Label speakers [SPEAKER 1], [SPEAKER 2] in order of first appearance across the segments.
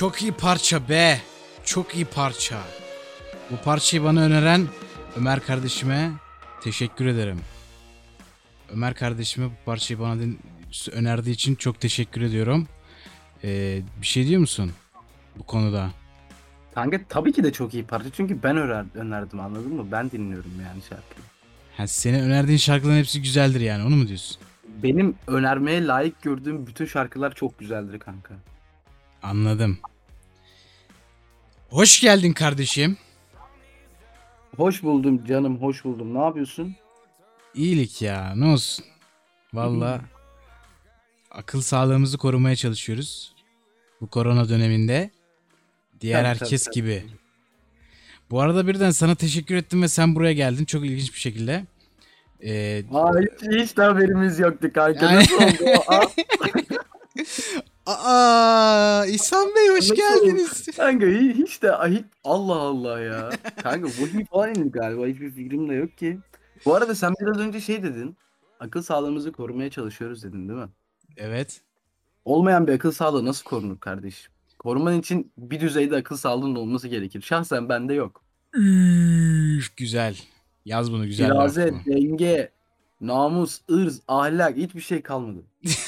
[SPEAKER 1] Çok iyi parça be. Çok iyi parça. Bu parçayı bana öneren Ömer kardeşime teşekkür ederim. Ömer kardeşime bu parçayı bana önerdiği için çok teşekkür ediyorum. Bir şey diyor musun bu konuda?
[SPEAKER 2] Kanka tabii ki de çok iyi parça. Çünkü ben önerdim, anladın mı? Ben dinliyorum yani şarkıyı.
[SPEAKER 1] Ha, senin önerdiğin şarkıların hepsi güzeldir yani, onu mu diyorsun?
[SPEAKER 2] Benim önermeye layık gördüğüm bütün şarkılar çok güzeldir kanka.
[SPEAKER 1] Anladım. Hoş geldin kardeşim.
[SPEAKER 2] Hoş buldum canım, hoş buldum. Ne yapıyorsun?
[SPEAKER 1] İyilik ya, ne olsun. Valla akıl sağlığımızı korumaya çalışıyoruz. Bu korona döneminde. Diğer
[SPEAKER 2] Tabii tabii
[SPEAKER 1] herkes
[SPEAKER 2] tabii.
[SPEAKER 1] gibi. Bu arada birden sana teşekkür ettim ve sen buraya geldin. Çok ilginç bir şekilde. Ee,
[SPEAKER 2] Aa, hiç de haberimiz yoktu kanka.
[SPEAKER 1] yani...
[SPEAKER 2] Nasıl oldu o? Aa,
[SPEAKER 1] Aa, İhsan Bey hoş
[SPEAKER 2] nasıl oldu?
[SPEAKER 1] geldiniz.
[SPEAKER 2] Kanka hiç Allah Allah ya. Kanka Vahiy falan indi galiba. Hiçbir fikrim de yok ki. Bu arada sen biraz önce şey dedin. Akıl sağlığımızı korumaya çalışıyoruz dedin, değil mi?
[SPEAKER 1] Evet.
[SPEAKER 2] Olmayan bir akıl sağlığı nasıl korunur kardeşim? Koruman için bir düzeyde akıl sağlığının olması gerekir. Şahsen bende yok.
[SPEAKER 1] Üf, güzel. Yaz bunu, güzel laf bu.
[SPEAKER 2] Firaze, denge, namus, ırz, ahlak hiçbir şey kalmadı.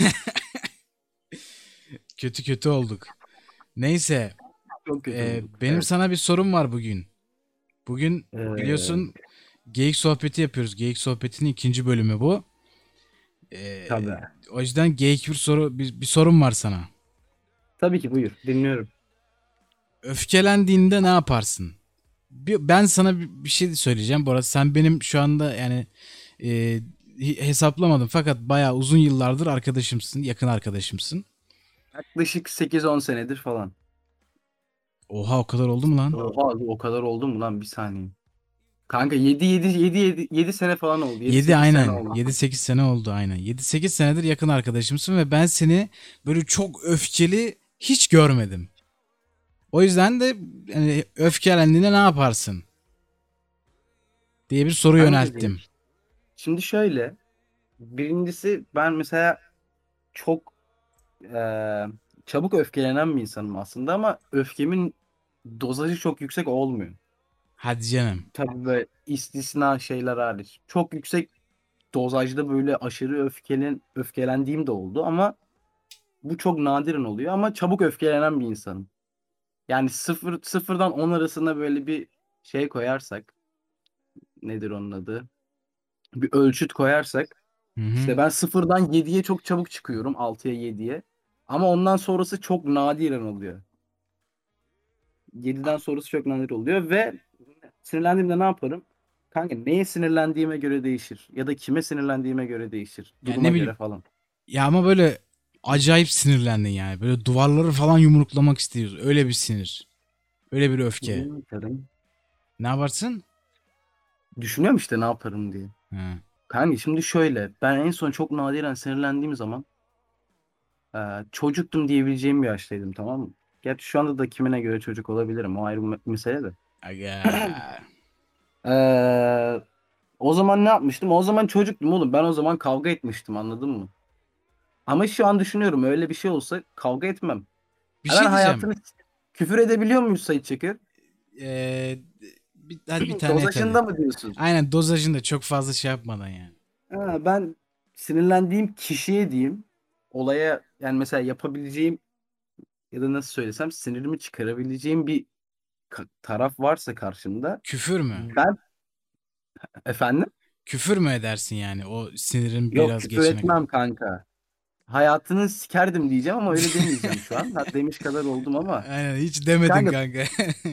[SPEAKER 1] Kötü kötü olduk. Neyse.
[SPEAKER 2] Çok kötü olduk.
[SPEAKER 1] Benim
[SPEAKER 2] Evet.
[SPEAKER 1] sana bir sorum var bugün. Bugün
[SPEAKER 2] Ee,
[SPEAKER 1] biliyorsun geyik sohbeti yapıyoruz. Geyik sohbetinin ikinci bölümü bu. Ee,
[SPEAKER 2] tabii.
[SPEAKER 1] O yüzden geyik bir sorum var sana.
[SPEAKER 2] Tabii ki, buyur. Dinliyorum.
[SPEAKER 1] Öfkelendiğinde ne yaparsın? Ben sana bir şey söyleyeceğim. Bu arada sen benim şu anda yani e, hesaplamadım fakat bayağı uzun yıllardır arkadaşımsın, yakın arkadaşımsın.
[SPEAKER 2] Yaklaşık 8-10 senedir falan.
[SPEAKER 1] Oha, o kadar oldu mu lan?
[SPEAKER 2] Oha, o kadar oldu mu lan, bir saniye. Kanka 7 sene falan oldu. Yedi
[SPEAKER 1] 7
[SPEAKER 2] sekiz sene
[SPEAKER 1] aynen.
[SPEAKER 2] oldu.
[SPEAKER 1] 7-8 sene oldu aynen. 7-8 senedir yakın arkadaşımsın ve ben seni böyle çok öfkeli hiç görmedim. O yüzden de yani öfkelendiğinde ne yaparsın diye bir soru
[SPEAKER 2] Kankacığım,
[SPEAKER 1] yönelttim.
[SPEAKER 2] şimdi şöyle. Birincisi, ben mesela çok çabuk öfkelenen bir insanım aslında, ama öfkemin dozajı çok yüksek olmuyor.
[SPEAKER 1] Hadi canım.
[SPEAKER 2] Tabii böyle istisna şeyler hariç. Çok yüksek dozajda böyle aşırı öfkelendiğim de oldu, ama bu çok nadiren oluyor, ama çabuk öfkelenen bir insanım. Yani sıfırdan 10 arasında böyle bir şey koyarsak, nedir onun adı? Bir ölçüt koyarsak,
[SPEAKER 1] Hı hı.
[SPEAKER 2] işte ben sıfırdan 7'ye çok çabuk çıkıyorum, 6'ya 7'ye. Ama ondan sonrası çok nadiren oluyor. 7'den sonrası çok nadir oluyor ve sinirlendiğimde ne yaparım? Kanka neye sinirlendiğime göre değişir. Ya da kime sinirlendiğime göre değişir.
[SPEAKER 1] Yani
[SPEAKER 2] Duruma
[SPEAKER 1] ne
[SPEAKER 2] göre
[SPEAKER 1] bileyim.
[SPEAKER 2] falan.
[SPEAKER 1] Ya ama böyle acayip sinirlendin yani. Böyle duvarları falan yumruklamak istiyoruz. Öyle bir sinir. Öyle bir öfke.
[SPEAKER 2] Ne yaparım?
[SPEAKER 1] Ne yaparsın?
[SPEAKER 2] Düşünüyorum işte ne yaparım diye.
[SPEAKER 1] Ha.
[SPEAKER 2] Kanka şimdi şöyle. Ben en son çok nadiren sinirlendiğim zaman çocuktum diyebileceğim bir yaştaydım, tamam mı? Gerçi şu anda da kimine göre çocuk olabilirim. O ayrı bir mesele de.
[SPEAKER 1] Aga.
[SPEAKER 2] Ee, O zaman ne yapmıştım? O zaman çocuktum oğlum. Ben o zaman kavga etmiştim, anladın mı? Ama şu an düşünüyorum, öyle bir şey olsa kavga etmem.
[SPEAKER 1] Bir
[SPEAKER 2] Hemen
[SPEAKER 1] şey diyeceğim.
[SPEAKER 2] hayatını küfür edebiliyor muyuz Sayit Çakır?
[SPEAKER 1] Ee, Hadi bir tane et hadi.
[SPEAKER 2] Dozajında mı diyorsun?
[SPEAKER 1] Aynen, dozajında çok fazla şey yapmadan yani.
[SPEAKER 2] Ben sinirlendiğim kişiye diyeyim. Olaya yani mesela yapabileceğim, ya da nasıl söylesem, sinirimi çıkarabileceğim bir taraf varsa karşımda,
[SPEAKER 1] Küfür mü?
[SPEAKER 2] ben efendim,
[SPEAKER 1] Küfür mü edersin yani o sinirin
[SPEAKER 2] yok,
[SPEAKER 1] biraz
[SPEAKER 2] küfür
[SPEAKER 1] geçene kadar?
[SPEAKER 2] etmem kanka. Hayatını sikerdim diyeceğim, ama öyle demeyeceğim şu an. Ha, demiş kadar oldum ama.
[SPEAKER 1] Aynen, hiç demedin
[SPEAKER 2] Kanka
[SPEAKER 1] kanka.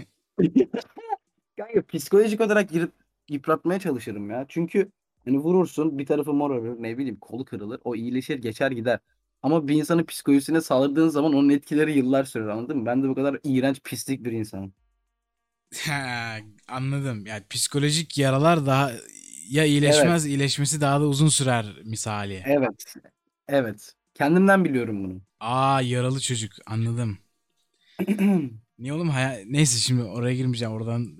[SPEAKER 2] kanka psikolojik olarak yıpratmaya çalışırım ya. Çünkü hani vurursun, bir tarafı morarır, ne bileyim kolu kırılır, o iyileşir geçer gider. Ama bir insanın psikolojisine saldırdığın zaman onun etkileri yıllar sürer, anladın mı? Ben de bu kadar iğrenç, pislik bir insanım.
[SPEAKER 1] Ha, anladım. Yani psikolojik yaralar daha ya iyileşmez,
[SPEAKER 2] Evet,
[SPEAKER 1] iyileşmesi daha da uzun sürer misali.
[SPEAKER 2] evet, evet. Kendimden biliyorum bunu.
[SPEAKER 1] Aa, yaralı çocuk, anladım. Niye oğlum, neyse, şimdi oraya girmeyeceğim.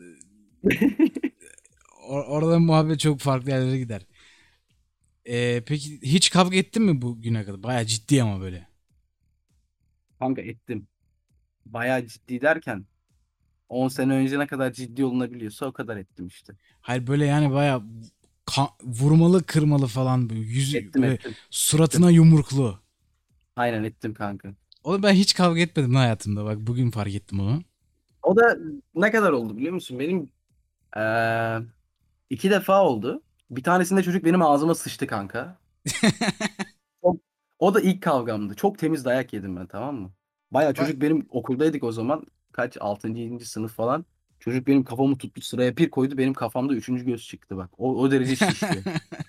[SPEAKER 1] Oradan muhabbet çok farklı yerlere gider. Peki hiç kavga ettin mi bugüne kadar? Baya ciddi ama böyle.
[SPEAKER 2] Kanka ettim. bayağı ciddi derken 10 sene önce ne kadar ciddi olunabiliyorsa o kadar ettim işte.
[SPEAKER 1] Hayır böyle yani baya vurmalı kırmalı falan böyle yüzü
[SPEAKER 2] Ettim
[SPEAKER 1] böyle
[SPEAKER 2] ettim. Ettim.
[SPEAKER 1] suratına yumruklu.
[SPEAKER 2] Aynen ettim kanka.
[SPEAKER 1] Oğlum ben hiç kavga etmedim lan hayatımda. Bak bugün fark ettim onu.
[SPEAKER 2] O da ne kadar oldu biliyor musun? Benim eee, iki defa oldu. Bir tanesinde çocuk benim ağzıma sıçtı kanka. O, o da ilk kavgamdı. Çok temiz dayak yedim ben, tamam mı? Baya
[SPEAKER 1] Bak
[SPEAKER 2] çocuk benim okuldaydık o zaman. Kaç? 6. 7. sınıf falan. Çocuk benim kafamı tuttu, sıraya bir koydu. Benim kafamda üçüncü göz çıktı bak. O derece şişti.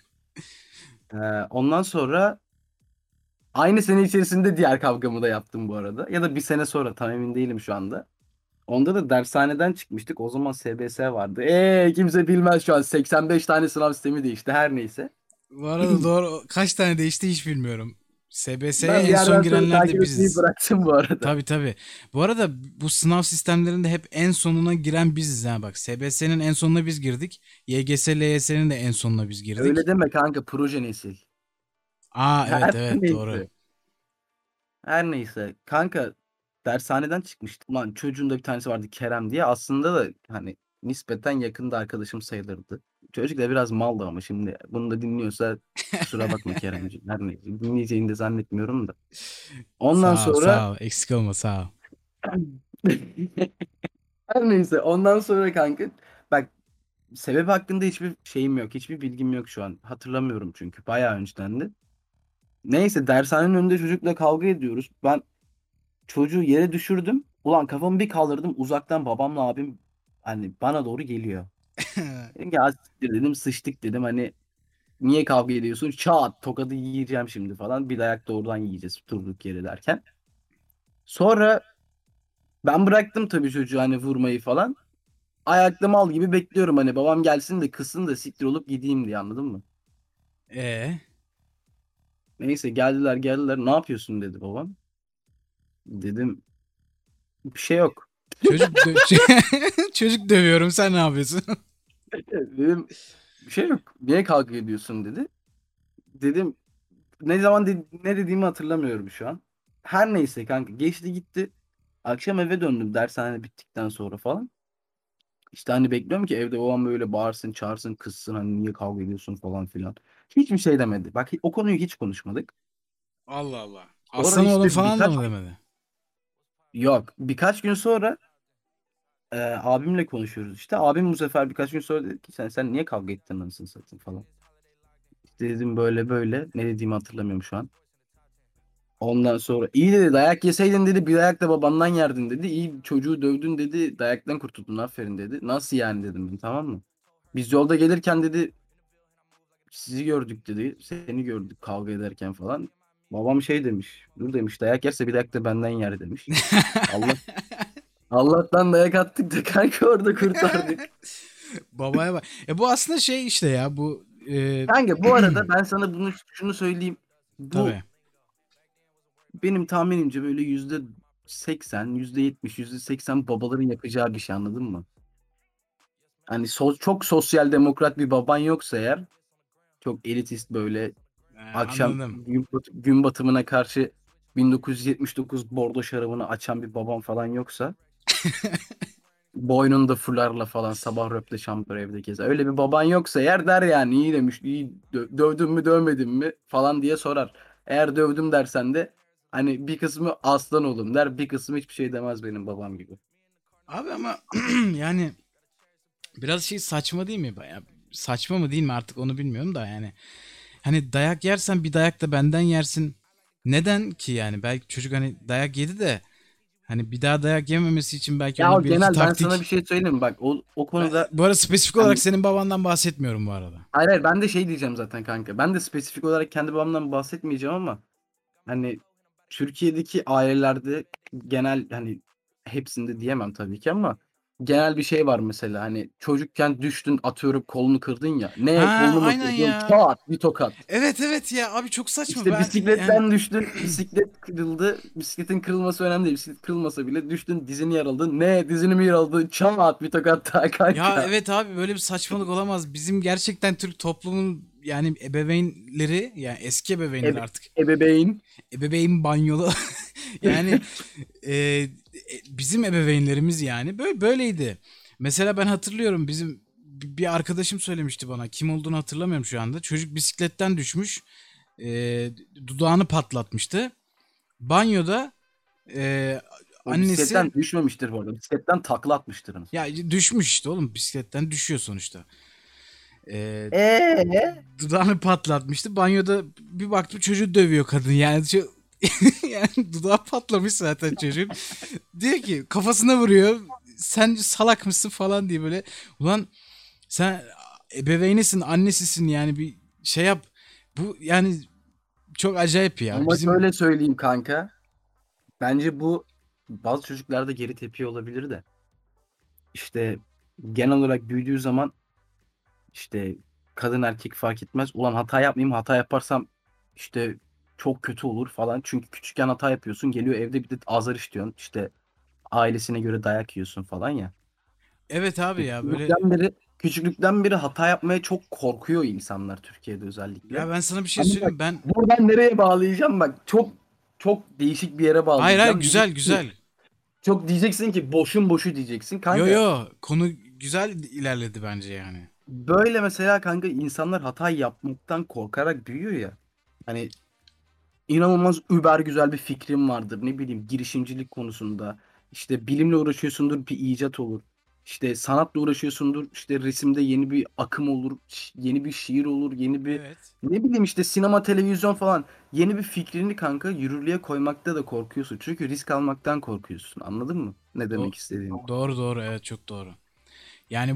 [SPEAKER 2] Ondan sonra aynı sene içerisinde diğer kavgamı da yaptım bu arada. Ya da bir sene sonra, tam emin değilim şu anda. Onda da dershaneden çıkmıştık. O zaman SBS vardı. Kimse bilmez şu an. 85 tane sınav sistemi değişti. Her neyse.
[SPEAKER 1] bu arada doğru kaç tane değişti hiç bilmiyorum. SBS'ye
[SPEAKER 2] Ben bir
[SPEAKER 1] en son
[SPEAKER 2] yerden sonra
[SPEAKER 1] girenler de
[SPEAKER 2] takip etmeyi
[SPEAKER 1] biziz.
[SPEAKER 2] bıraktım bu arada.
[SPEAKER 1] Tabii tabii. Bu arada bu sınav sistemlerinde hep en sonuna giren biziz ha bak. SBS'nin en sonuna biz girdik. YGS, LYS'nin de en sonuna biz
[SPEAKER 2] Öyle
[SPEAKER 1] girdik.
[SPEAKER 2] deme kanka, proje nesil.
[SPEAKER 1] Aa evet
[SPEAKER 2] Her
[SPEAKER 1] evet doğru.
[SPEAKER 2] neyse. Her neyse. Kanka dershaneden çıkmıştı. Ulan çocuğun da bir tanesi vardı, Kerem diye. Aslında da hani nispeten yakında arkadaşım sayılırdı. Çocuk da biraz maldı ama şimdi bunu da dinliyorsa kusura bakma Keremciğim. Her neyse. Dinleyeceğini de zannetmiyorum da. Ondan
[SPEAKER 1] Sağ ol
[SPEAKER 2] sonra
[SPEAKER 1] sağ ol. Eksik olma sağ ol.
[SPEAKER 2] her neyse. Ondan sonra kanka bak, sebebi hakkında hiçbir şeyim yok. Hiçbir bilgim yok şu an. Hatırlamıyorum çünkü. Bayağı öncedendi. Neyse dershanenin önünde çocukla kavga ediyoruz. Ben çocuğu yere düşürdüm. Ulan kafamı bir kaldırdım. Uzaktan babamla abim hani bana doğru geliyor. Dedim ki "Ya siktir," dedim, sıçtık dedim. Hani niye kavga ediyorsun? Çat tokadı yiyeceğim şimdi falan. Bir dayak da oradan yiyeceğiz durduk yere derken. Sonra ben bıraktım tabii çocuğu hani vurmayı falan. Ayakta mal gibi bekliyorum hani babam gelsin de kızsın da siktir olup gideyim diye, anladın mı?
[SPEAKER 1] E
[SPEAKER 2] Neyse geldiler, ne yapıyorsun dedi babam. Dedim bir şey yok.
[SPEAKER 1] çocuk dövüyorum sen ne yapıyorsun?
[SPEAKER 2] Dedim bir şey yok. Niye kavga ediyorsun dedi. Dedim ne zaman ne dediğimi hatırlamıyorum şu an. Her neyse kanka geçti gitti. Akşam eve döndüm dershane bittikten sonra falan. İşte hani bekliyorum ki evde babam böyle bağırsın, çağırsın, kızsın, hani niye kavga ediyorsun falan filan. Hiçbir şey demedi. Bak o konuyu hiç konuşmadık.
[SPEAKER 1] Allah Allah.
[SPEAKER 2] Sonra
[SPEAKER 1] Aslan oğlum
[SPEAKER 2] işte
[SPEAKER 1] falan da mı demedi?
[SPEAKER 2] birkaç gün sonra abimle konuşuyoruz işte. Abim bu sefer birkaç gün sonra dedi ki sen niye kavga ettin anasını satayım falan. İşte dedim böyle böyle, ne dediğimi hatırlamıyorum şu an. Ondan sonra iyi dedi, dayak yeseydin dedi, bir dayak da babandan yerdin dedi. İyi çocuğu dövdün dedi, dayaktan kurtuldun aferin dedi. Nasıl yani dedim ben, tamam mı? Biz yolda gelirken dedi sizi gördük dedi. Seni gördük kavga ederken falan. Babam şey demiş. Dur demiş, dayak yerse bir dayak da benden yer demiş. Allah Allah'tan dayak attık da kanka orada kurtardık.
[SPEAKER 1] Babaya bak. Bu aslında şey işte ya bu
[SPEAKER 2] Kanka bu arada ben sana şunu söyleyeyim. Bu
[SPEAKER 1] tabii.
[SPEAKER 2] benim tahminimce böyle %80, %70, %80 babaların yapacağı bir şey, anladın mı? Hani çok sosyal demokrat bir baban yoksa eğer, çok elitist böyle akşam
[SPEAKER 1] Anladım.
[SPEAKER 2] gün batımına karşı 1979 bordo şarabını açan bir baban falan yoksa, boynunda fularla falan sabah röpte şambır evde gezer. Öyle bir baban yoksa eğer der yani iyi demiş, iyi dövdün mü dövmedin mi falan diye sorar. Eğer dövdüm dersen de hani bir kısmı aslan oğlum der, bir kısmı hiçbir şey demez benim babam gibi.
[SPEAKER 1] Abi ama yani biraz şey saçma değil mi? Baya saçma mı değil mi artık onu bilmiyorum da yani. Hani dayak yersen bir dayak da benden yersin. Neden ki yani? Belki çocuk hani dayak yedi de hani bir daha dayak yememesi için belki
[SPEAKER 2] Ya
[SPEAKER 1] ona
[SPEAKER 2] o
[SPEAKER 1] bir iki
[SPEAKER 2] genel, ben sana bir
[SPEAKER 1] taktik.
[SPEAKER 2] şey söyleyeyim mi? Bak o konuda
[SPEAKER 1] Bu arada spesifik olarak
[SPEAKER 2] hani
[SPEAKER 1] senin babandan bahsetmiyorum bu arada.
[SPEAKER 2] hayır, ben de şey diyeceğim zaten kanka. Ben de spesifik olarak kendi babamdan bahsetmeyeceğim ama hani Türkiye'deki ailelerde genel, hani hepsinde diyemem tabii ki ama genel bir şey var mesela, hani çocukken düştün atıyorum kolunu kırdın ya. Ne
[SPEAKER 1] Ha
[SPEAKER 2] kolunu mu
[SPEAKER 1] aynen
[SPEAKER 2] kırdın?
[SPEAKER 1] ya.
[SPEAKER 2] Çat bir tokat.
[SPEAKER 1] Evet evet ya abi çok saçma
[SPEAKER 2] İşte
[SPEAKER 1] ben yani
[SPEAKER 2] bisikletten düştün, bisiklet kırıldı. Bisikletin kırılması önemli değil. Bisiklet kırılmasa bile düştün, dizini yaraladın. Ne dizini mi yaraladın? Çat bir tokat daha
[SPEAKER 1] ya
[SPEAKER 2] kanka.
[SPEAKER 1] evet abi böyle bir saçmalık olamaz. Bizim gerçekten Türk toplumun yani ebeveynleri yani eski ebeveynler artık
[SPEAKER 2] Ebeveyn.
[SPEAKER 1] ebeveyn banyolu yani e, bizim ebeveynlerimiz yani böyleydi. Mesela ben hatırlıyorum, bizim bir arkadaşım söylemişti bana. Kim olduğunu hatırlamıyorum şu anda. Çocuk bisikletten düşmüş. Dudağını patlatmıştı. Banyoda e,
[SPEAKER 2] O
[SPEAKER 1] annesi,
[SPEAKER 2] bisikletten düşmemiştir bu arada. Bisikletten takla atmıştır onu.
[SPEAKER 1] ya düşmüş işte oğlum, bisikletten düşüyor sonuçta. E,
[SPEAKER 2] Ee?
[SPEAKER 1] Dudağını patlatmıştı. Banyoda bir baktım çocuğu dövüyor kadın. Yani yani dudağı patlamış zaten çocuğun. Diyor ki, kafasına vuruyor. Sen salak mısın falan diye böyle. Ulan sen ebeveynisin, annesisin, yani bir şey yap. Bu yani çok acayip ya.
[SPEAKER 2] Ama
[SPEAKER 1] Bizim,
[SPEAKER 2] şöyle söyleyeyim kanka. Bence bu bazı çocuklarda geri tepiyor olabilir de. İşte genel olarak büyüdüğü zaman işte kadın erkek fark etmez. Ulan hata yapmayayım. Hata yaparsam işte çok kötü olur falan. Çünkü küçükken hata yapıyorsun. Geliyor evde bir de azar işliyorsun. İşte ailesine göre dayak yiyorsun falan ya.
[SPEAKER 1] evet abi
[SPEAKER 2] İşte
[SPEAKER 1] ya, böyle,
[SPEAKER 2] küçüklükten beri hata yapmaya çok korkuyor insanlar Türkiye'de
[SPEAKER 1] ya
[SPEAKER 2] özellikle.
[SPEAKER 1] ben sana bir şey
[SPEAKER 2] Ama bak
[SPEAKER 1] söyleyeyim, ben,
[SPEAKER 2] buradan nereye bağlayacağım bak çok değişik bir yere
[SPEAKER 1] hayır hayır,
[SPEAKER 2] bağlayacağım.
[SPEAKER 1] güzel
[SPEAKER 2] Diyeceksin ki,
[SPEAKER 1] güzel.
[SPEAKER 2] çok diyeceksin ki boşun boşu diyeceksin
[SPEAKER 1] Yo
[SPEAKER 2] kanka.
[SPEAKER 1] yo, konu güzel ilerledi bence yani.
[SPEAKER 2] Böyle mesela kanka insanlar hata yapmaktan korkarak büyüyor ya. Hani inanılmaz über güzel bir fikrin vardır. Ne bileyim girişimcilik konusunda. İşte bilimle uğraşıyorsundur bir icat olur. İşte sanatla uğraşıyorsundur işte resimde yeni bir akım olur. Yeni bir şiir olur. Yeni bir
[SPEAKER 1] Evet.
[SPEAKER 2] ne bileyim işte sinema televizyon falan. Yeni bir fikrini kanka yürürlüğe koymakta da korkuyorsun. Çünkü risk almaktan korkuyorsun. Anladın mı? Ne
[SPEAKER 1] Do-
[SPEAKER 2] demek istediğimi?
[SPEAKER 1] doğru doğru, evet, çok doğru. Yani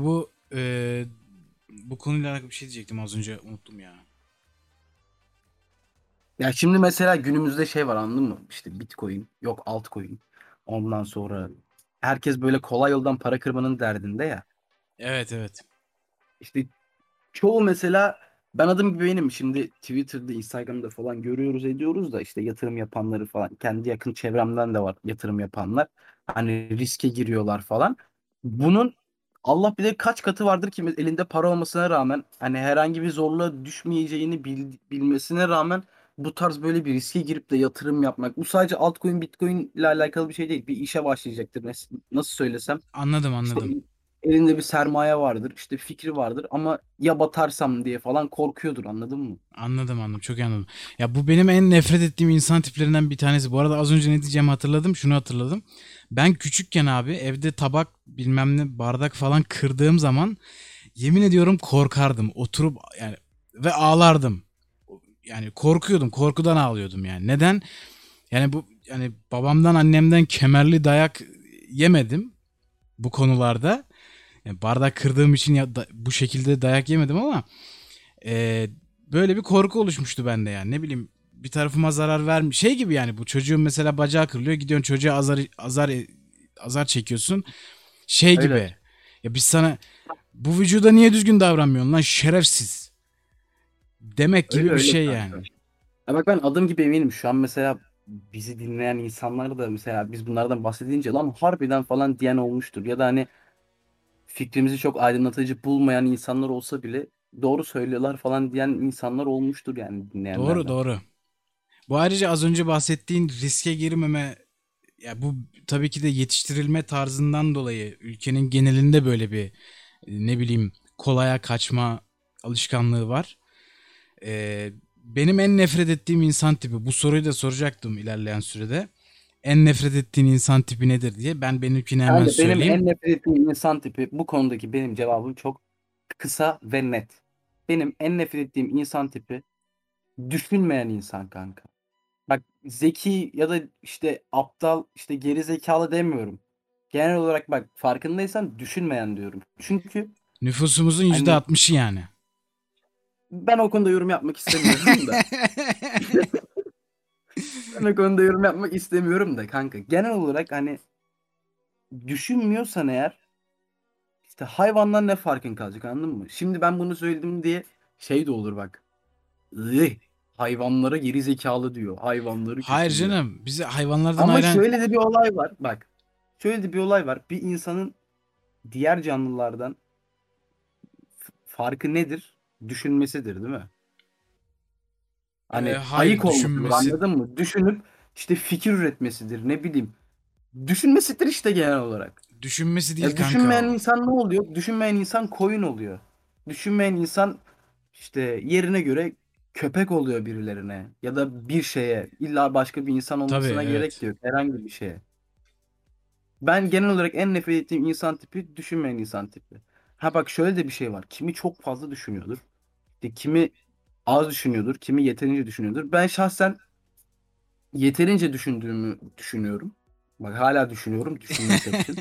[SPEAKER 1] bu konuyla alakalı bir şey diyecektim, az önce unuttum ya.
[SPEAKER 2] Ya şimdi mesela günümüzde şey var anladın mı? İşte Bitcoin, yok altcoin. Ondan sonra herkes böyle kolay yoldan para kırmanın derdinde ya.
[SPEAKER 1] Evet evet.
[SPEAKER 2] İşte çoğu mesela ben adım gibi benim şimdi Twitter'da, Instagram'da falan görüyoruz ediyoruz da işte yatırım yapanları falan kendi yakın çevremden de var yatırım yapanlar. Hani riske giriyorlar falan. Bunun Allah bilir kaç katı vardır ki elinde para olmasına rağmen hani herhangi bir zorluğa düşmeyeceğini bilmesine rağmen bu tarz böyle bir riske girip de yatırım yapmak. Bu sadece altcoin, Bitcoin ile alakalı bir şey değil. Bir işe başlayacaktır. Nasıl söylesem?
[SPEAKER 1] Anladım
[SPEAKER 2] İşte
[SPEAKER 1] anladım.
[SPEAKER 2] elinde bir sermaye vardır, işte fikri vardır ama ya batarsam diye falan korkuyordur anladın mı?
[SPEAKER 1] Anladım anladım. Çok iyi anladım. Ya bu benim en nefret ettiğim insan tiplerinden bir tanesi. Bu arada az önce ne diyeceğimi hatırladım. Şunu hatırladım. Ben küçükken abi evde tabak, bilmem ne, bardak falan kırdığım zaman yemin ediyorum korkardım. Oturup yani ve ağlardım. Yani korkuyordum. Korkudan ağlıyordum yani. Neden? Yani bu, yani babamdan annemden kemerli dayak yemedim bu konularda. Yani bardak kırdığım için bu şekilde dayak yemedim ama e, böyle bir korku oluşmuştu bende yani. Ne bileyim, bir tarafıma zarar vermiş. Şey gibi yani, bu çocuğun mesela bacağı kırılıyor. Gidiyorsun çocuğa azar çekiyorsun. Şey
[SPEAKER 2] Öyle.
[SPEAKER 1] gibi. Ya biz sana, bu vücuda niye düzgün davranmıyorsun lan şerefsiz, demek
[SPEAKER 2] Öyle
[SPEAKER 1] gibi bir
[SPEAKER 2] öyle
[SPEAKER 1] şey
[SPEAKER 2] kanka.
[SPEAKER 1] yani.
[SPEAKER 2] Ya bak ben adım gibi eminim şu an mesela bizi dinleyen insanlar da mesela biz bunlardan bahsedince lan harbiden falan diyen olmuştur. Ya da hani fikrimizi çok aydınlatıcı bulmayan insanlar olsa bile doğru söylüyorlar falan diyen insanlar olmuştur yani
[SPEAKER 1] Doğru
[SPEAKER 2] dinleyenlerden.
[SPEAKER 1] doğru. Bu ayrıca az önce bahsettiğin riske girmeme, ya bu tabii ki de yetiştirilme tarzından dolayı ülkenin genelinde böyle bir ne bileyim kolaya kaçma alışkanlığı var. Benim en nefret ettiğim insan tipi, bu soruyu da soracaktım ilerleyen sürede. En nefret ettiğin insan tipi nedir diye. Ben benimkini hemen
[SPEAKER 2] Yani benim
[SPEAKER 1] söyleyeyim.
[SPEAKER 2] en nefret ettiğim insan tipi bu konudaki benim cevabım çok kısa ve net. Benim en nefret ettiğim insan tipi düşünmeyen insan kanka. Bak zeki ya da işte aptal işte geri zekalı demiyorum. Genel olarak bak farkındaysan düşünmeyen diyorum. Çünkü
[SPEAKER 1] Nüfusumuzun
[SPEAKER 2] hani
[SPEAKER 1] %60'ı yani.
[SPEAKER 2] ben o konuda yorum yapmak istemiyorum da. Ben o konuda yorum yapmak istemiyorum da kanka. Genel olarak hani düşünmüyorsan eğer işte hayvandan ne farkın kalacak anladın mı? Şimdi ben bunu söyledim diye şey de olur bak. "Ih, hayvanlara geri zekalı diyor. Hayvanları
[SPEAKER 1] Hayır
[SPEAKER 2] kötülüyor."
[SPEAKER 1] canım, bizi hayvanlardan
[SPEAKER 2] Ama
[SPEAKER 1] ayıran,
[SPEAKER 2] şöyle de bir olay var. Bak. Şöyle de bir olay var. Bir insanın diğer canlılardan farkı nedir? Düşünmesidir, değil mi? Hani
[SPEAKER 1] hayır
[SPEAKER 2] ayık olmasıdır,
[SPEAKER 1] düşünmesi,
[SPEAKER 2] anladın mı? Düşünüp işte fikir üretmesidir. Ne bileyim. Düşünmesidir işte genel olarak.
[SPEAKER 1] Düşünmesi değil
[SPEAKER 2] Ya
[SPEAKER 1] kanka
[SPEAKER 2] düşünmeyen
[SPEAKER 1] o.
[SPEAKER 2] insan ne oluyor? Düşünmeyen insan koyun oluyor. Düşünmeyen insan işte yerine göre köpek oluyor birilerine ya da bir şeye. İlla başka bir insan
[SPEAKER 1] Tabii
[SPEAKER 2] olmasına gerek
[SPEAKER 1] evet.
[SPEAKER 2] de yok. Herhangi bir şeye. Ben genel olarak en nefret ettiğim insan tipi düşünmeyen insan tipi. Ha bak şöyle de bir şey var. Kimi çok fazla düşünüyordur. İşte kimi az düşünüyordur. Kimi yeterince düşünüyordur. Ben şahsen yeterince düşündüğümü düşünüyorum. Bak hala düşünüyorum. Düşünmesem için.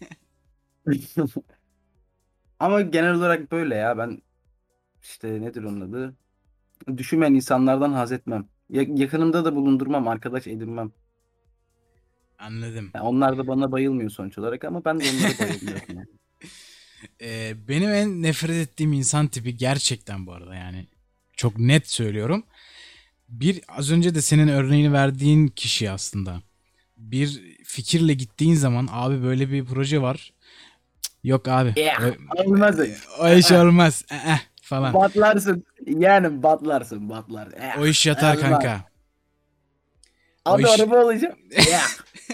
[SPEAKER 2] Ama genel olarak böyle ya. Ben işte nedir onun adı? Düşünmeyen insanlardan haz etmem. Yakınımda da bulundurmam. Arkadaş edinmem.
[SPEAKER 1] Anladım.
[SPEAKER 2] Yani onlar da bana bayılmıyor sonuç olarak ama ben de onlara bayılmıyorum. Yani.
[SPEAKER 1] Benim en nefret ettiğim insan tipi gerçekten bu arada yani. Çok net söylüyorum. Bir az önce de senin örneğini verdiğin kişi aslında. Bir fikirle gittiğin zaman abi böyle bir proje var. Yok abi.
[SPEAKER 2] Yeah, olmaz o iş.
[SPEAKER 1] O iş olmaz. Falan.
[SPEAKER 2] Batlarsın. Yani batlarsın batlar.
[SPEAKER 1] O iş yatar
[SPEAKER 2] Olmaz.
[SPEAKER 1] kanka. O
[SPEAKER 2] Abi
[SPEAKER 1] iş
[SPEAKER 2] araba alacağım. Yeah.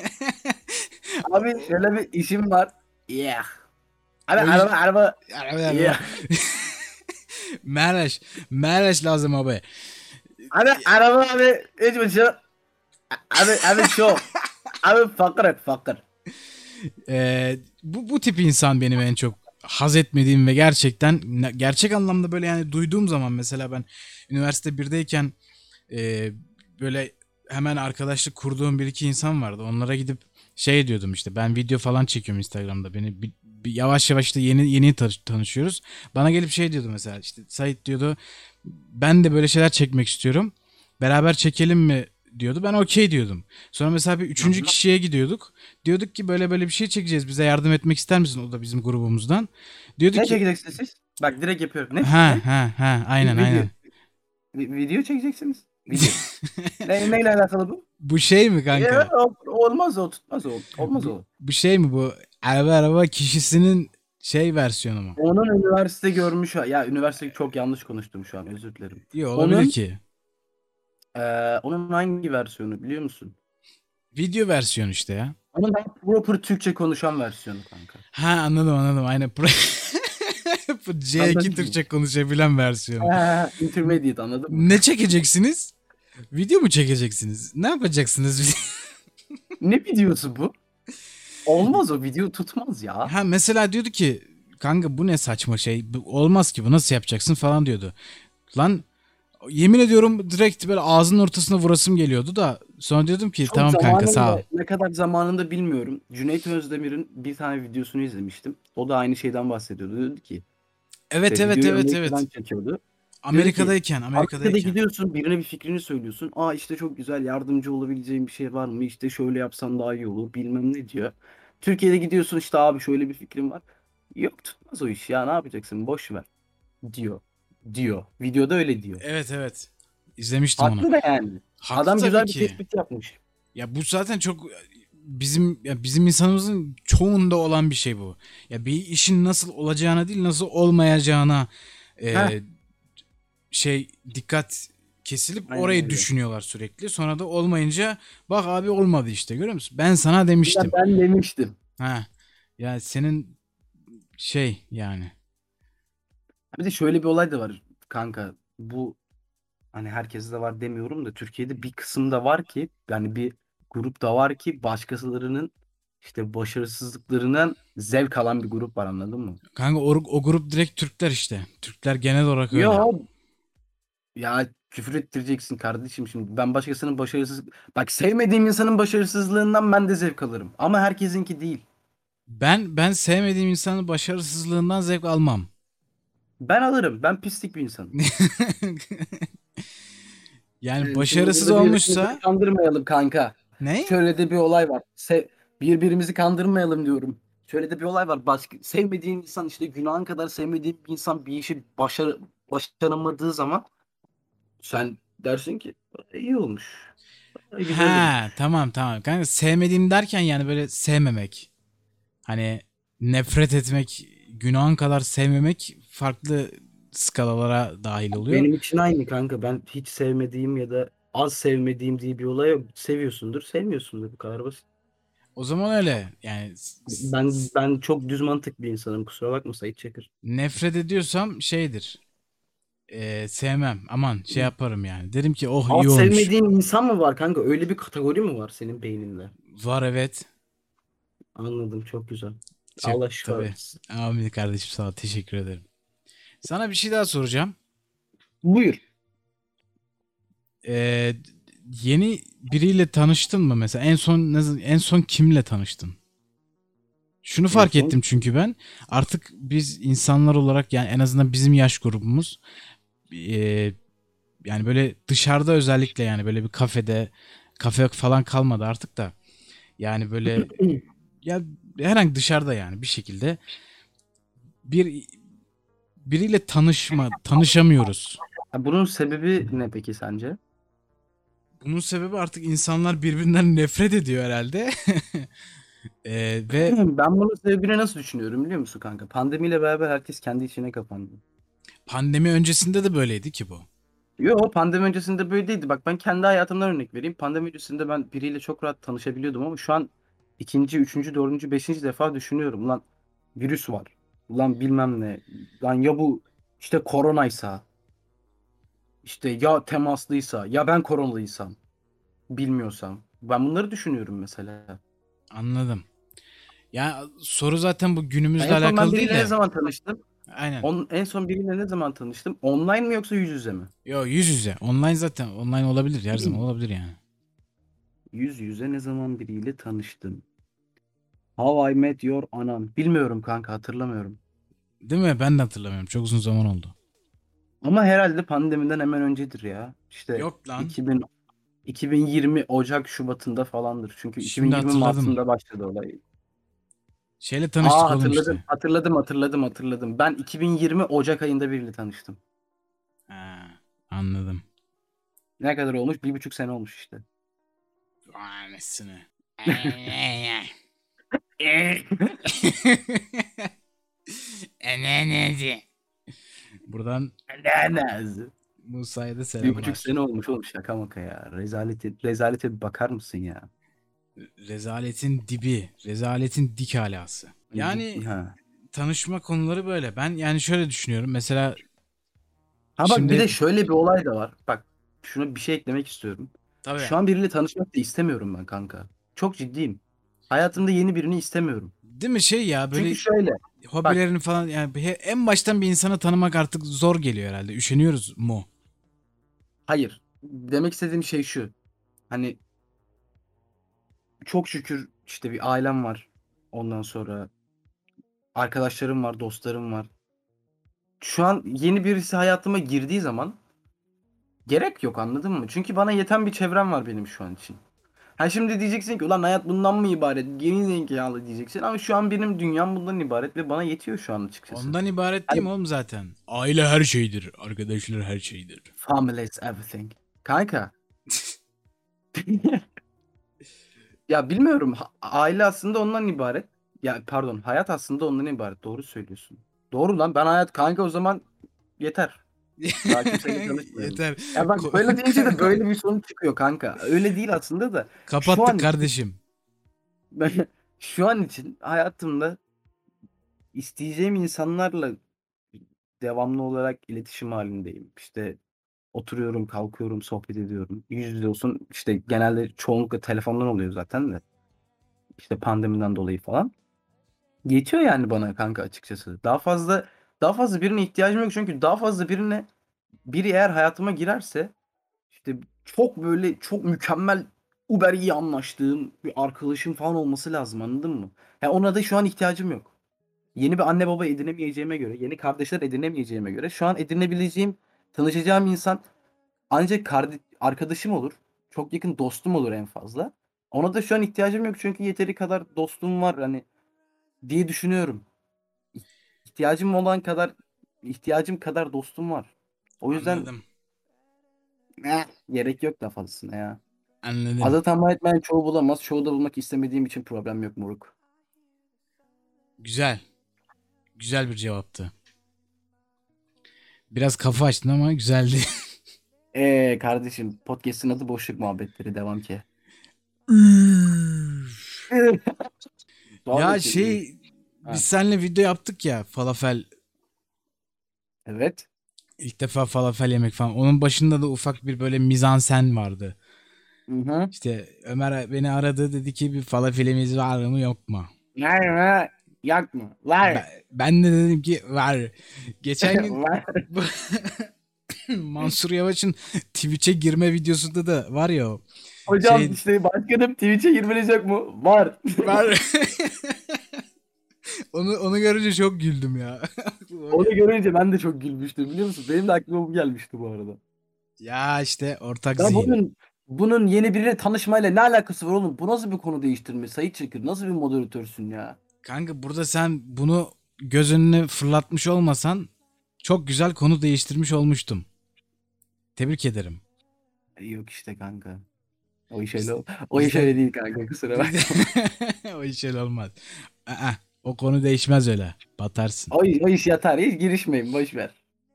[SPEAKER 2] Abi şöyle bir işim var. Yeah. Abi
[SPEAKER 1] o iş
[SPEAKER 2] araba. Yeah.
[SPEAKER 1] Meraş. Meraş lazım abi.
[SPEAKER 2] Abi araba abi. Hiç bir şey. Abi çok. Abi fakir et fakir.
[SPEAKER 1] Bu tip insan benim en çok haz etmediğim ve gerçekten gerçek anlamda böyle yani duyduğum zaman mesela ben üniversite birdeyken e, böyle hemen arkadaşlık kurduğum bir iki insan vardı. Onlara gidip şey diyordum işte ben video falan çekiyorum Instagram'da. Beni yavaş yavaş işte yeni tanışıyoruz. Bana gelip şey diyordu mesela işte Sait diyordu ben de böyle şeyler çekmek istiyorum. Beraber çekelim mi diyordu. Ben okey diyordum. Sonra mesela bir
[SPEAKER 2] Hı
[SPEAKER 1] üçüncü
[SPEAKER 2] hı.
[SPEAKER 1] kişiye gidiyorduk. Diyorduk ki böyle böyle bir şey çekeceğiz. Bize yardım etmek ister misin? O da bizim grubumuzdan. Diyordu
[SPEAKER 2] Ne
[SPEAKER 1] ki
[SPEAKER 2] çekeceksiniz siz? Bak direkt yapıyorum.
[SPEAKER 1] ha
[SPEAKER 2] Ne?
[SPEAKER 1] ha ha aynen
[SPEAKER 2] Video.
[SPEAKER 1] aynen.
[SPEAKER 2] Video çekeceksiniz. Video. Neyle alakalı bu?
[SPEAKER 1] Bu şey mi
[SPEAKER 2] Ya,
[SPEAKER 1] kanka?
[SPEAKER 2] olmaz o tutmaz o. Olmaz
[SPEAKER 1] Bu,
[SPEAKER 2] o.
[SPEAKER 1] bu şey mi bu? Araba kişisinin şey versiyonu mu?
[SPEAKER 2] Onun üniversite görmüş. Ya üniversiteyi çok yanlış konuştum şu an özür dilerim.
[SPEAKER 1] İyi olabilir
[SPEAKER 2] Onun
[SPEAKER 1] ki.
[SPEAKER 2] onun hangi versiyonu biliyor musun?
[SPEAKER 1] Video versiyonu işte ya.
[SPEAKER 2] Onun daha proper Türkçe konuşan versiyonu kanka.
[SPEAKER 1] Ha anladım aynen. Bu C2
[SPEAKER 2] Anladın mı?
[SPEAKER 1] Türkçe konuşabilen versiyonu.
[SPEAKER 2] Intermediate anladın mı?
[SPEAKER 1] Ne çekeceksiniz? Video mu çekeceksiniz? Ne yapacaksınız?
[SPEAKER 2] Ne videosu bu? Olmaz o video tutmaz ya.
[SPEAKER 1] Ha mesela diyordu ki kanka bu ne saçma şey. Olmaz ki bu nasıl yapacaksın falan diyordu. Lan yemin ediyorum direkt böyle ağzının ortasına vurasım geliyordu da sonra diyordum ki
[SPEAKER 2] Çok
[SPEAKER 1] tamam kanka sağ ol.
[SPEAKER 2] zamanında ne kadar zamanında bilmiyorum. Cüneyt Özdemir'in bir tane videosunu izlemiştim. O da aynı şeyden bahsediyordu. Diyordu ki
[SPEAKER 1] Evet
[SPEAKER 2] işte
[SPEAKER 1] evet
[SPEAKER 2] videoyu
[SPEAKER 1] evet
[SPEAKER 2] Amerika'dan
[SPEAKER 1] evet.
[SPEAKER 2] çekiyordu. Diyordu ki Amerika'da
[SPEAKER 1] Amerika'dayken.
[SPEAKER 2] gidiyorsun birine bir fikrini söylüyorsun. Aa işte çok güzel yardımcı olabileceğin bir şey var mı? İşte şöyle yapsan daha iyi olur bilmem ne diyor. Türkiye'de gidiyorsun işte abi şöyle bir fikrim var. Yok tutmaz o iş ya ne yapacaksın boş ver diyor. Diyor. Videoda öyle diyor.
[SPEAKER 1] Evet evet. İzlemiştim onu.
[SPEAKER 2] Haklı da yani.
[SPEAKER 1] Haklı
[SPEAKER 2] Adam
[SPEAKER 1] tabii
[SPEAKER 2] güzel bir
[SPEAKER 1] ki.
[SPEAKER 2] tespit yapmış.
[SPEAKER 1] Ya bu zaten çok bizim insanımızın çoğunda olan bir şey bu. Ya bir işin nasıl olacağına değil nasıl olmayacağına
[SPEAKER 2] Heh,
[SPEAKER 1] e, şey dikkat kesilip
[SPEAKER 2] aynen
[SPEAKER 1] orayı
[SPEAKER 2] öyle.
[SPEAKER 1] düşünüyorlar sürekli. Sonra da olmayınca bak abi olmadı işte görüyor musun? Ben sana
[SPEAKER 2] Ya
[SPEAKER 1] demiştim.
[SPEAKER 2] ben demiştim.
[SPEAKER 1] Ha. Ya senin şey yani.
[SPEAKER 2] Bir de şöyle bir olay da var kanka. Bu hani herkeste de var demiyorum da Türkiye'de bir kısımda var ki yani bir grup da var ki başkalarının işte başarısızlıklarından zevk alan bir grup var anladın mı?
[SPEAKER 1] Kanka o grup direkt Türkler işte. Türkler genel olarak öyle.
[SPEAKER 2] Yo ya küfür ettireceksin kardeşim şimdi ben başkasının başarısız bak sevmediğim insanın başarısızlığından ben de zevk alırım ama herkesinki değil.
[SPEAKER 1] Ben sevmediğim insanın başarısızlığından zevk almam.
[SPEAKER 2] Ben alırım ben pislik bir insanım.
[SPEAKER 1] Yani
[SPEAKER 2] Yani şimdi
[SPEAKER 1] başarısız
[SPEAKER 2] burada birbirimizi
[SPEAKER 1] olmuşsa
[SPEAKER 2] kandırmayalım kanka.
[SPEAKER 1] ne?
[SPEAKER 2] Şöyle de bir olay var. Birbirimizi kandırmayalım diyorum. Şöyle de bir olay var. Sevmediğin insan işte günahın kadar sevmediğin bir insan bir işi başaramadığı zaman sen dersin ki iyi olmuş. Güzel
[SPEAKER 1] Ha
[SPEAKER 2] olmuş.
[SPEAKER 1] tamam. Kanka sevmediğim derken yani böyle sevmemek. Hani nefret etmek, günahın kadar sevmemek farklı skalalara dahil oluyor.
[SPEAKER 2] Benim için aynı kanka. Ben hiç sevmediğim ya da az sevmediğim diye bir olay yok. Seviyorsundur, sevmiyorsundur. Bu kadar basit.
[SPEAKER 1] O zaman öyle. Yani
[SPEAKER 2] Ben çok düz mantık bir insanım. Kusura bakma Sait Çakır.
[SPEAKER 1] nefret ediyorsam şeydir. Sevmem. Aman şey yaparım yani. Derim ki oh iyi
[SPEAKER 2] Az
[SPEAKER 1] olmuş.
[SPEAKER 2] sevmediğin insan mı var kanka? Öyle bir kategori mi var senin beyninde?
[SPEAKER 1] Var evet.
[SPEAKER 2] Anladım, çok güzel.
[SPEAKER 1] Çok
[SPEAKER 2] Allah şifa
[SPEAKER 1] tabii.
[SPEAKER 2] versin.
[SPEAKER 1] Amin kardeşim sağ ol. Teşekkür ederim. Sana bir şey daha soracağım.
[SPEAKER 2] Buyur.
[SPEAKER 1] Ee, Yeni biriyle tanıştın mı mesela? En son kimle tanıştın? Şunu
[SPEAKER 2] En
[SPEAKER 1] fark
[SPEAKER 2] son
[SPEAKER 1] ettim çünkü ben artık biz insanlar olarak yani en azından bizim yaş grubumuz e, yani böyle dışarıda özellikle yani böyle bir kafe falan kalmadı artık da yani böyle ya herhangi dışarıda yani bir şekilde bir biriyle tanışamıyoruz.
[SPEAKER 2] Bunun sebebi ne peki sence?
[SPEAKER 1] Bunun sebebi artık insanlar birbirinden nefret ediyor herhalde. Ve
[SPEAKER 2] Ben bunun sebebini nasıl düşünüyorum biliyor musun kanka? Pandemiyle beraber herkes kendi içine kapandı.
[SPEAKER 1] pandemi öncesinde de böyleydi ki bu.
[SPEAKER 2] Yo, pandemi öncesinde böyle değildi. Bak ben kendi hayatımdan örnek vereyim. Pandemi öncesinde ben biriyle çok rahat tanışabiliyordum ama şu an ikinci, üçüncü, dördüncü, beşinci defa düşünüyorum. Ulan virüs var. Ulan bilmem ne. Lan ya bu işte koronaysa, işte ya temaslıysa, ya ben koronalıysam, bilmiyorsam. Ben bunları düşünüyorum mesela.
[SPEAKER 1] Anladım. Ya soru zaten bu günümüzle
[SPEAKER 2] En son ben
[SPEAKER 1] alakalı değil
[SPEAKER 2] biriyle ne
[SPEAKER 1] de.
[SPEAKER 2] zaman tanıştım?
[SPEAKER 1] Aynen.
[SPEAKER 2] En son biriyle ne zaman tanıştım? Online mi yoksa yüz yüze mi?
[SPEAKER 1] Yo yüz yüze. Online zaten. Online olabilir. Her zaman olabilir yani.
[SPEAKER 2] Yüz yüze ne zaman biriyle tanıştım? How I Met Your Anan. Bilmiyorum kanka, hatırlamıyorum.
[SPEAKER 1] Değil mi? Ben de hatırlamıyorum. Çok uzun zaman oldu.
[SPEAKER 2] Ama herhalde pandemiden hemen öncedir ya. İşte
[SPEAKER 1] Yok lan.
[SPEAKER 2] 2020 Ocak Şubat'ında falandır. Çünkü
[SPEAKER 1] Şimdi
[SPEAKER 2] 2020
[SPEAKER 1] hatırladım.
[SPEAKER 2] Mart'ında başladı olay.
[SPEAKER 1] Şeyle
[SPEAKER 2] Aa,
[SPEAKER 1] tanıştık oğlum
[SPEAKER 2] hatırladım.
[SPEAKER 1] işte.
[SPEAKER 2] Hatırladım. Ben 2020 Ocak ayında biriyle tanıştım.
[SPEAKER 1] Ha, anladım.
[SPEAKER 2] Ne kadar olmuş? 1,5 sene olmuş işte.
[SPEAKER 1] Anasını. Enenezi. Buradan
[SPEAKER 2] Ne ne?
[SPEAKER 1] Musa'ya da
[SPEAKER 2] Bir buçuk
[SPEAKER 1] selamlar.
[SPEAKER 2] sene olmuş oğlum, şaka maka ya. Rezalete bir bakar mısın ya?
[SPEAKER 1] Rezaletin dibi. Rezaletin dik alası. Yani
[SPEAKER 2] Ha.
[SPEAKER 1] tanışma konuları böyle. Ben yani şöyle düşünüyorum. Mesela
[SPEAKER 2] Ha bak, bir
[SPEAKER 1] şimdi
[SPEAKER 2] de şöyle bir olay da var. Bak, şuna bir şey eklemek istiyorum.
[SPEAKER 1] tabii.
[SPEAKER 2] Şu an biriyle tanışmak da istemiyorum ben kanka. Çok ciddiyim. Hayatımda yeni birini istemiyorum.
[SPEAKER 1] Değil mi şey ya
[SPEAKER 2] Çünkü
[SPEAKER 1] böyle
[SPEAKER 2] şöyle. Bak,
[SPEAKER 1] hobilerini falan yani en baştan bir insanı tanımak artık zor geliyor herhalde. Üşeniyoruz mu?
[SPEAKER 2] hayır. Demek istediğim şey şu. Hani çok şükür işte bir ailem var. Ondan sonra arkadaşlarım var, dostlarım var. Şu an yeni birisi hayatıma girdiği zaman gerek yok, anladın mı? Çünkü bana yeten bir çevrem var benim şu an için. Ha şimdi diyeceksin ki ulan hayat bundan mı ibaret? Geri zekalı diyeceksin ama şu an benim dünyam bundan ibaret ve bana yetiyor şu an açıkçası.
[SPEAKER 1] Ondan ibaret değil
[SPEAKER 2] Hani
[SPEAKER 1] mi oğlum zaten? Aile her şeydir. Arkadaşlar her şeydir.
[SPEAKER 2] family is everything. Kanka. Ya bilmiyorum, aile aslında ondan ibaret. Ya pardon, hayat aslında ondan ibaret. Doğru söylüyorsun. Doğru lan, ben hayat kanka, o zaman yeter. Daha kimseyle tanışmıyorum.
[SPEAKER 1] Yeter.
[SPEAKER 2] Ya bak, böyle deyince de böyle bir sonuç çıkıyor kanka. Öyle değil aslında da. Şu
[SPEAKER 1] Kapattık
[SPEAKER 2] an için
[SPEAKER 1] kardeşim.
[SPEAKER 2] ben şu an için hayatımda isteyeceğim insanlarla devamlı olarak iletişim halindeyim. İşte oturuyorum, kalkıyorum, sohbet ediyorum. Yüz yüze olsun, işte genelde çoğunlukla telefondan oluyor zaten de. İşte pandemiden dolayı falan. Yetiyor yani bana kanka açıkçası. Daha fazla birine ihtiyacım yok, çünkü daha fazla biri eğer hayatıma girerse işte çok böyle çok mükemmel, uber iyi anlaştığım bir arkadaşım falan olması lazım, anladın mı? Ya ona da şu an ihtiyacım yok. Yeni bir anne baba edinemeyeceğime göre, yeni kardeşler edinemeyeceğime göre şu an edinebileceğim, tanışacağım insan ancak arkadaşım olur. Çok yakın dostum olur en fazla. Ona da şu an ihtiyacım yok, çünkü yeteri kadar dostum var hani diye düşünüyorum. İhtiyacım olan kadar ihtiyacım kadar dostum var. O yüzden
[SPEAKER 1] Anladım.
[SPEAKER 2] gerek yok daha fazlasına ya.
[SPEAKER 1] Anladım.
[SPEAKER 2] Aza tamah etmeyen çoğu bulamaz. Çoğu da bulmak istemediğim için problem yok moruk.
[SPEAKER 1] Güzel. Güzel bir cevaptı. Biraz kafa açtın ama güzeldi.
[SPEAKER 2] Kardeşim, podcast'in adı Boşluk Muhabbetleri, devam ki.
[SPEAKER 1] Üf. Ya
[SPEAKER 2] Sonraki.
[SPEAKER 1] biz
[SPEAKER 2] Ha,
[SPEAKER 1] seninle video yaptık ya, falafel.
[SPEAKER 2] evet.
[SPEAKER 1] İlk defa falafel yemek falan. Onun başında da ufak bir böyle mizansen vardı.
[SPEAKER 2] Hı hı.
[SPEAKER 1] İşte Ömer beni aradı, dedi ki bir falafelimiz var mı yok mu?
[SPEAKER 2] Nerede? Yakma.
[SPEAKER 1] Ben,
[SPEAKER 2] Var.
[SPEAKER 1] ben de dedim ki var. Geçen gün
[SPEAKER 2] Var.
[SPEAKER 1] bu Mansur Yavaş'ın Twitch'e girme videosunda da var ya o
[SPEAKER 2] Hocam
[SPEAKER 1] şey
[SPEAKER 2] işte başkanım Twitch'e girmeniz yok mu? Var.
[SPEAKER 1] var. Onu görünce çok güldüm ya. Aklıma
[SPEAKER 2] Onu
[SPEAKER 1] geldi.
[SPEAKER 2] görünce ben de çok gülmüştüm biliyor musun? Benim de aklıma bu gelmişti bu arada.
[SPEAKER 1] Ya işte ortak
[SPEAKER 2] Ya
[SPEAKER 1] zihin.
[SPEAKER 2] bunun yeni biriyle tanışmayla ne alakası var oğlum? Bu nasıl bir konu değiştirme? Sayit Çakır nasıl bir moderatörsün ya?
[SPEAKER 1] Kanka burada sen bunu göz önüne fırlatmış olmasan çok güzel konu değiştirmiş olmuştum. Tebrik ederim.
[SPEAKER 2] Yok işte kanka. O iş öyle,
[SPEAKER 1] Biz,
[SPEAKER 2] o iş
[SPEAKER 1] bizde
[SPEAKER 2] öyle değil kanka kusura
[SPEAKER 1] bizde
[SPEAKER 2] bakma.
[SPEAKER 1] o iş öyle olmaz. Aa, o konu değişmez öyle. Batarsın.
[SPEAKER 2] O iş yatar. Hiç girişmeyin boş ver.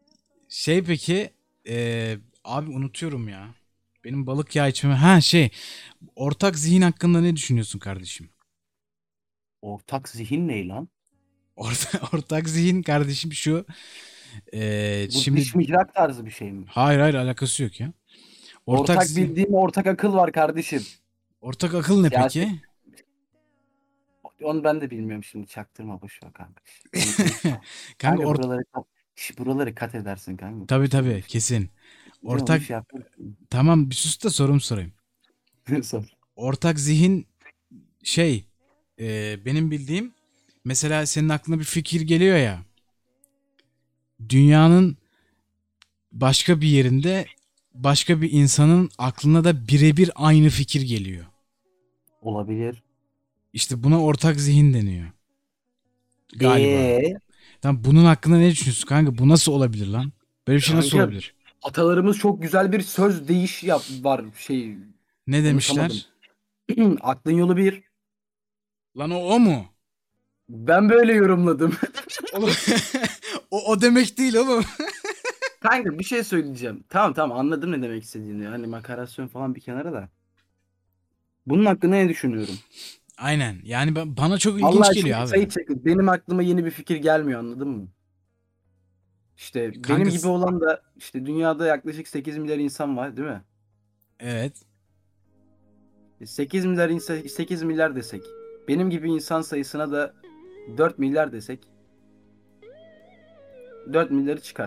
[SPEAKER 1] Peki abi unutuyorum ya. Benim balık yağı içmeme. Ha ortak zihin hakkında ne düşünüyorsun kardeşim?
[SPEAKER 2] Ortak zihin ne lan?
[SPEAKER 1] Ortak zihin kardeşim şu.
[SPEAKER 2] Bu
[SPEAKER 1] Şimdi
[SPEAKER 2] dış mihrak tarzı bir şey mi?
[SPEAKER 1] hayır alakası yok ya. Ortak
[SPEAKER 2] Ortak
[SPEAKER 1] zihin.
[SPEAKER 2] bildiğim ortak akıl var kardeşim.
[SPEAKER 1] Ortak akıl ne
[SPEAKER 2] Siyasi.
[SPEAKER 1] peki?
[SPEAKER 2] Onu ben de bilmiyorum şimdi çaktırma boş ver kanka. Onu konuşma.
[SPEAKER 1] Kanka
[SPEAKER 2] Kanka buraları kat edersin kanka.
[SPEAKER 1] tabii
[SPEAKER 2] Şey.
[SPEAKER 1] kesin.
[SPEAKER 2] Canım bu
[SPEAKER 1] Ortak
[SPEAKER 2] iş yaptım.
[SPEAKER 1] tamam, bir sus da sorum sorayım.
[SPEAKER 2] Sor.
[SPEAKER 1] Ortak zihin şey benim bildiğim, mesela senin aklına bir fikir geliyor ya. Dünyanın başka bir yerinde başka bir insanın aklına da birebir aynı fikir geliyor.
[SPEAKER 2] Olabilir.
[SPEAKER 1] İşte buna ortak zihin deniyor. Galiba.
[SPEAKER 2] Eee
[SPEAKER 1] Tamam, bunun hakkında ne düşünüyorsun kanka? Bu nasıl olabilir lan? Böyle bir şey nasıl
[SPEAKER 2] kanka
[SPEAKER 1] olabilir?
[SPEAKER 2] atalarımız çok güzel bir söz var şey
[SPEAKER 1] Ne
[SPEAKER 2] unutamadım.
[SPEAKER 1] demişler?
[SPEAKER 2] Aklın yolu bir.
[SPEAKER 1] Lan o mu?
[SPEAKER 2] Ben böyle yorumladım.
[SPEAKER 1] Oğlum, o demek değil oğlum.
[SPEAKER 2] Kanka bir şey söyleyeceğim. Tamam anladım ne demek istediğini. Hani makarasyon falan bir kenara da. Bunun hakkında ne düşünüyorum?
[SPEAKER 1] Aynen. Yani bana çok ilginç
[SPEAKER 2] Vallahi
[SPEAKER 1] geliyor
[SPEAKER 2] şimdi
[SPEAKER 1] abi.
[SPEAKER 2] sayı çekil. Benim aklıma yeni bir fikir gelmiyor anladın mı? İşte benim
[SPEAKER 1] Kanka
[SPEAKER 2] gibi olan da işte dünyada yaklaşık 8 milyar insan var değil mi?
[SPEAKER 1] evet.
[SPEAKER 2] 8 milyar 8 milyar desek. Benim gibi insan sayısına da 4 milyar desek. 4 milyarı çıkart.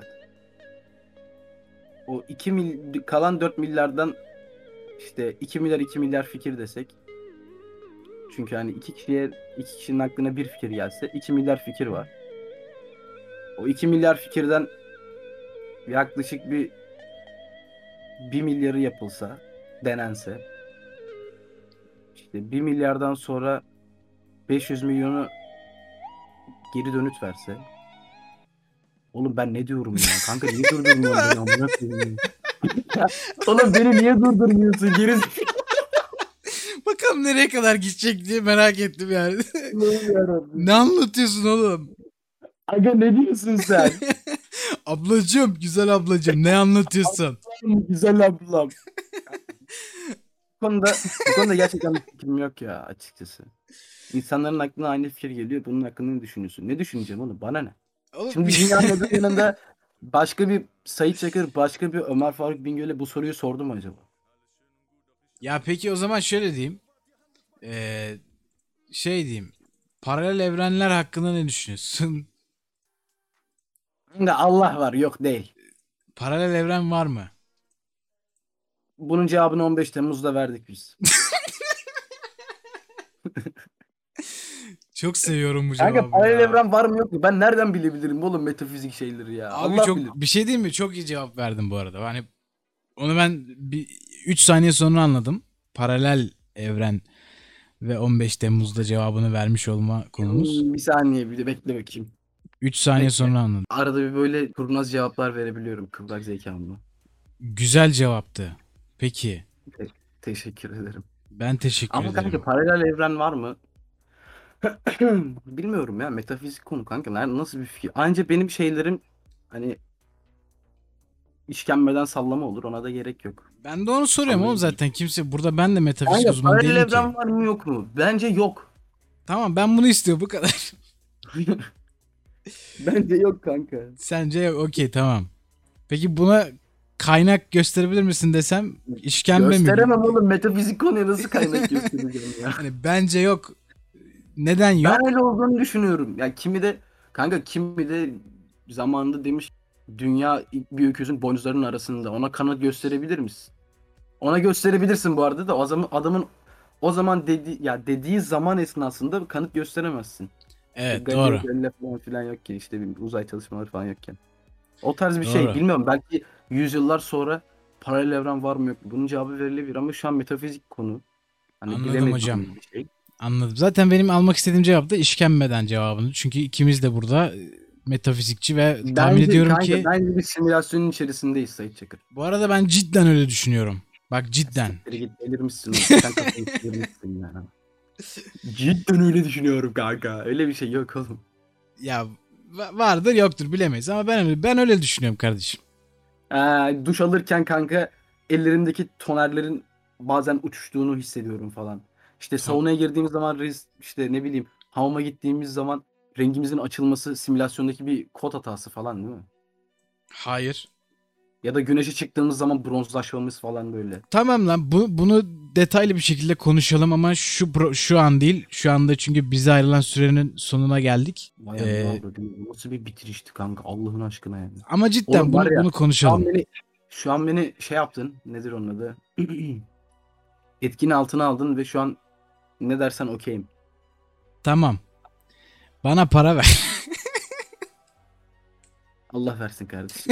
[SPEAKER 2] O kalan 4 milyardan işte 2 milyar 2 milyar fikir desek. Çünkü hani iki kişinin aklına bir fikir gelse 2 milyar fikir var. O 2 milyar fikirden yaklaşık bir milyarı yapılsa, denense, işte bir milyardan sonra 500 milyonu geri dönüt verse. Oğlum ben ne diyorum ya? Kanka niye durdurmuyorsun beni amına koyayım? Oğlum beni niye durdurmuyorsun?
[SPEAKER 1] Bakalım nereye kadar gidecek diye merak ettim yani.
[SPEAKER 2] Allah'ım yarabbim.
[SPEAKER 1] Ne anlatıyorsun oğlum?
[SPEAKER 2] Aga ne diyorsun sen?
[SPEAKER 1] Ablacım, güzel ablacım, ne anlatıyorsun?
[SPEAKER 2] Güzel ablam. Bu konuda gerçekten bir fikrim yok ya açıkçası. İnsanların aklına aynı fikir geliyor. Bunun hakkında ne düşünüyorsun? Ne düşüneceğim oğlum? Bana ne?
[SPEAKER 1] Oğlum
[SPEAKER 2] Şimdi dünyanın öbür yanında başka bir Sayit Çakır, başka bir Ömer Faruk Bingöl'e bu soruyu sordu mu acaba?
[SPEAKER 1] ya peki o zaman şöyle diyeyim. Ee, diyeyim. Paralel evrenler hakkında ne düşünüyorsun?
[SPEAKER 2] Şimdi Allah var, yok değil.
[SPEAKER 1] Paralel evren var mı?
[SPEAKER 2] Bunun cevabını 15 Temmuz'da verdik biz.
[SPEAKER 1] Çok seviyorum bu
[SPEAKER 2] Kanka
[SPEAKER 1] cevabı
[SPEAKER 2] paralel
[SPEAKER 1] ya.
[SPEAKER 2] evren var mı yok mu? Ben nereden bilebilirim oğlum metafizik şeyleri ya?
[SPEAKER 1] Abi
[SPEAKER 2] Allah
[SPEAKER 1] çok
[SPEAKER 2] bilir.
[SPEAKER 1] bir şey değil mi? Çok iyi cevap verdim bu arada. Hani onu ben 3 saniye sonra anladım. Paralel evren ve 15 Temmuz'da cevabını vermiş olma konumuz.
[SPEAKER 2] Bir saniye bir de bekle bakayım.
[SPEAKER 1] 3 saniye
[SPEAKER 2] Bekle.
[SPEAKER 1] sonra anladım.
[SPEAKER 2] Arada bir böyle kurnaz cevaplar verebiliyorum kıvrak zekamla.
[SPEAKER 1] Güzel cevaptı. Peki.
[SPEAKER 2] Te- Teşekkür ederim.
[SPEAKER 1] Ben teşekkür
[SPEAKER 2] Ama kanka
[SPEAKER 1] ederim.
[SPEAKER 2] paralel evren var mı? Bilmiyorum ya metafizik konu kanka. Nasıl bir fikir? Anca benim şeylerim hani işkembeden sallama olur ona da gerek yok.
[SPEAKER 1] Ben de onu soruyorum oğlum
[SPEAKER 2] Anladım.
[SPEAKER 1] zaten. Kimse burada, ben de metafizik
[SPEAKER 2] Kanka
[SPEAKER 1] uzmanı
[SPEAKER 2] paralel
[SPEAKER 1] değilim ki.
[SPEAKER 2] evren var mı yok mu? Bence yok.
[SPEAKER 1] Tamam, ben bunu istiyorum, bu kadar.
[SPEAKER 2] Bence yok kanka.
[SPEAKER 1] Sence okey, tamam. Peki buna kaynak gösterebilir misin desem, işkembe mi?
[SPEAKER 2] Gösteremem oğlum. Metafizik konuya nasıl kaynak göstereceğim ya?
[SPEAKER 1] Hani bence yok. Neden
[SPEAKER 2] Ben
[SPEAKER 1] yok?
[SPEAKER 2] öyle olduğunu düşünüyorum. Ya kimi de kanka kimi de zamanında demiş dünya bir öküzün boynuzlarının arasında. Ona kanıt gösterebilir misin? Ona gösterebilirsin bu arada da o zaman adamın o zaman dediği zaman esnasında kanıt gösteremezsin. İşte
[SPEAKER 1] Evet,
[SPEAKER 2] Galileo
[SPEAKER 1] doğru.
[SPEAKER 2] Galilei falan filan yokken işte bir uzay çalışmaları falan yokken. O tarz bir şey
[SPEAKER 1] Doğru.
[SPEAKER 2] bilmiyorum. Belki yüzyıllar sonra paralel evren var mı yok mu? Bunun cevabı verilebilir ama şu an metafizik konu. Hani
[SPEAKER 1] Anladım hocam.
[SPEAKER 2] bilemediğim bir şey.
[SPEAKER 1] Anladım. Zaten benim almak istediğim cevap da işkembeden cevabını. Çünkü ikimiz de burada metafizikçi ve tahmin
[SPEAKER 2] Bence
[SPEAKER 1] ediyorum
[SPEAKER 2] kanka
[SPEAKER 1] ki,
[SPEAKER 2] bence bir simülasyonun içerisindeyiz Sait Çakır.
[SPEAKER 1] bu arada ben cidden öyle düşünüyorum. Bak, cidden.
[SPEAKER 2] Siktir git delirmişsin oğlum. Sen kafayı delirmişsin ya. Cidden öyle düşünüyorum kanka. Öyle bir şey yok oğlum.
[SPEAKER 1] Ya vardır yoktur bilemeyiz ama ben öyle düşünüyorum kardeşim.
[SPEAKER 2] Duş alırken kanka ellerimdeki tonerlerin bazen uçuştuğunu hissediyorum falan. İşte
[SPEAKER 1] To-
[SPEAKER 2] saunaya girdiğimiz zaman işte ne bileyim hamama gittiğimiz zaman rengimizin açılması simülasyondaki bir kod hatası falan değil mi?
[SPEAKER 1] Hayır.
[SPEAKER 2] Ya da güneşe çıktığımız zaman bronzlaşmamız falan böyle.
[SPEAKER 1] Tamam lan, bunu detaylı bir şekilde konuşalım ama şu an değil. Şu anda çünkü bize ayrılan sürenin sonuna geldik.
[SPEAKER 2] Vay anına avradım. Nasıl bir bitirişti kanka Allah'ın aşkına yani.
[SPEAKER 1] Ama cidden
[SPEAKER 2] Oğlum var ya
[SPEAKER 1] bunu
[SPEAKER 2] şu an
[SPEAKER 1] konuşalım.
[SPEAKER 2] beni şu an beni şey yaptın. Nedir onun adı? Etkinin altına aldın ve şu an ne dersen okeyim.
[SPEAKER 1] Tamam. Bana para ver.
[SPEAKER 2] Allah versin kardeşim.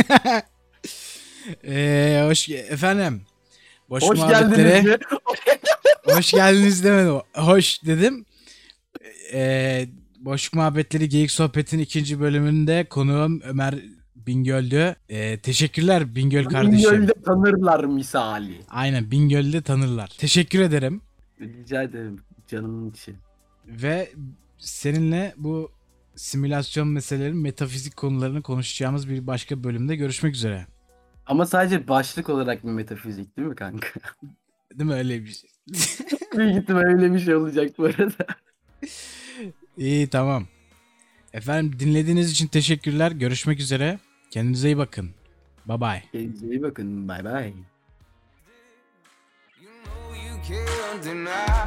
[SPEAKER 1] Efendim. Boş
[SPEAKER 2] Hoş
[SPEAKER 1] muhabbetlere
[SPEAKER 2] geldiniz mi?
[SPEAKER 1] hoş geldiniz demedim. Hoş dedim. Boş muhabbetleri Geyik Sohbet'in 2. bölümünde konuğum Ömer Bingöl'dü. Teşekkürler Bingöl kardeşim.
[SPEAKER 2] Bingöl'de tanırlar misali.
[SPEAKER 1] Aynen, Bingöl'de tanırlar. Teşekkür ederim.
[SPEAKER 2] Rica ederim canımın içi.
[SPEAKER 1] Ve seninle bu simülasyon meselelerin metafizik konularını konuşacağımız bir başka bölümde görüşmek üzere.
[SPEAKER 2] Ama sadece başlık olarak bir metafizik değil mi kanka?
[SPEAKER 1] Değil mi, öyle bir şey?
[SPEAKER 2] Büyük ihtimal öyle bir şey olacak bu arada.
[SPEAKER 1] İyi, tamam. Efendim, dinlediğiniz için teşekkürler. Görüşmek üzere. Kendinize iyi bakın. Bye bye.
[SPEAKER 2] Kendinize iyi bakın. Bay bay.
[SPEAKER 3] You know you can't deny.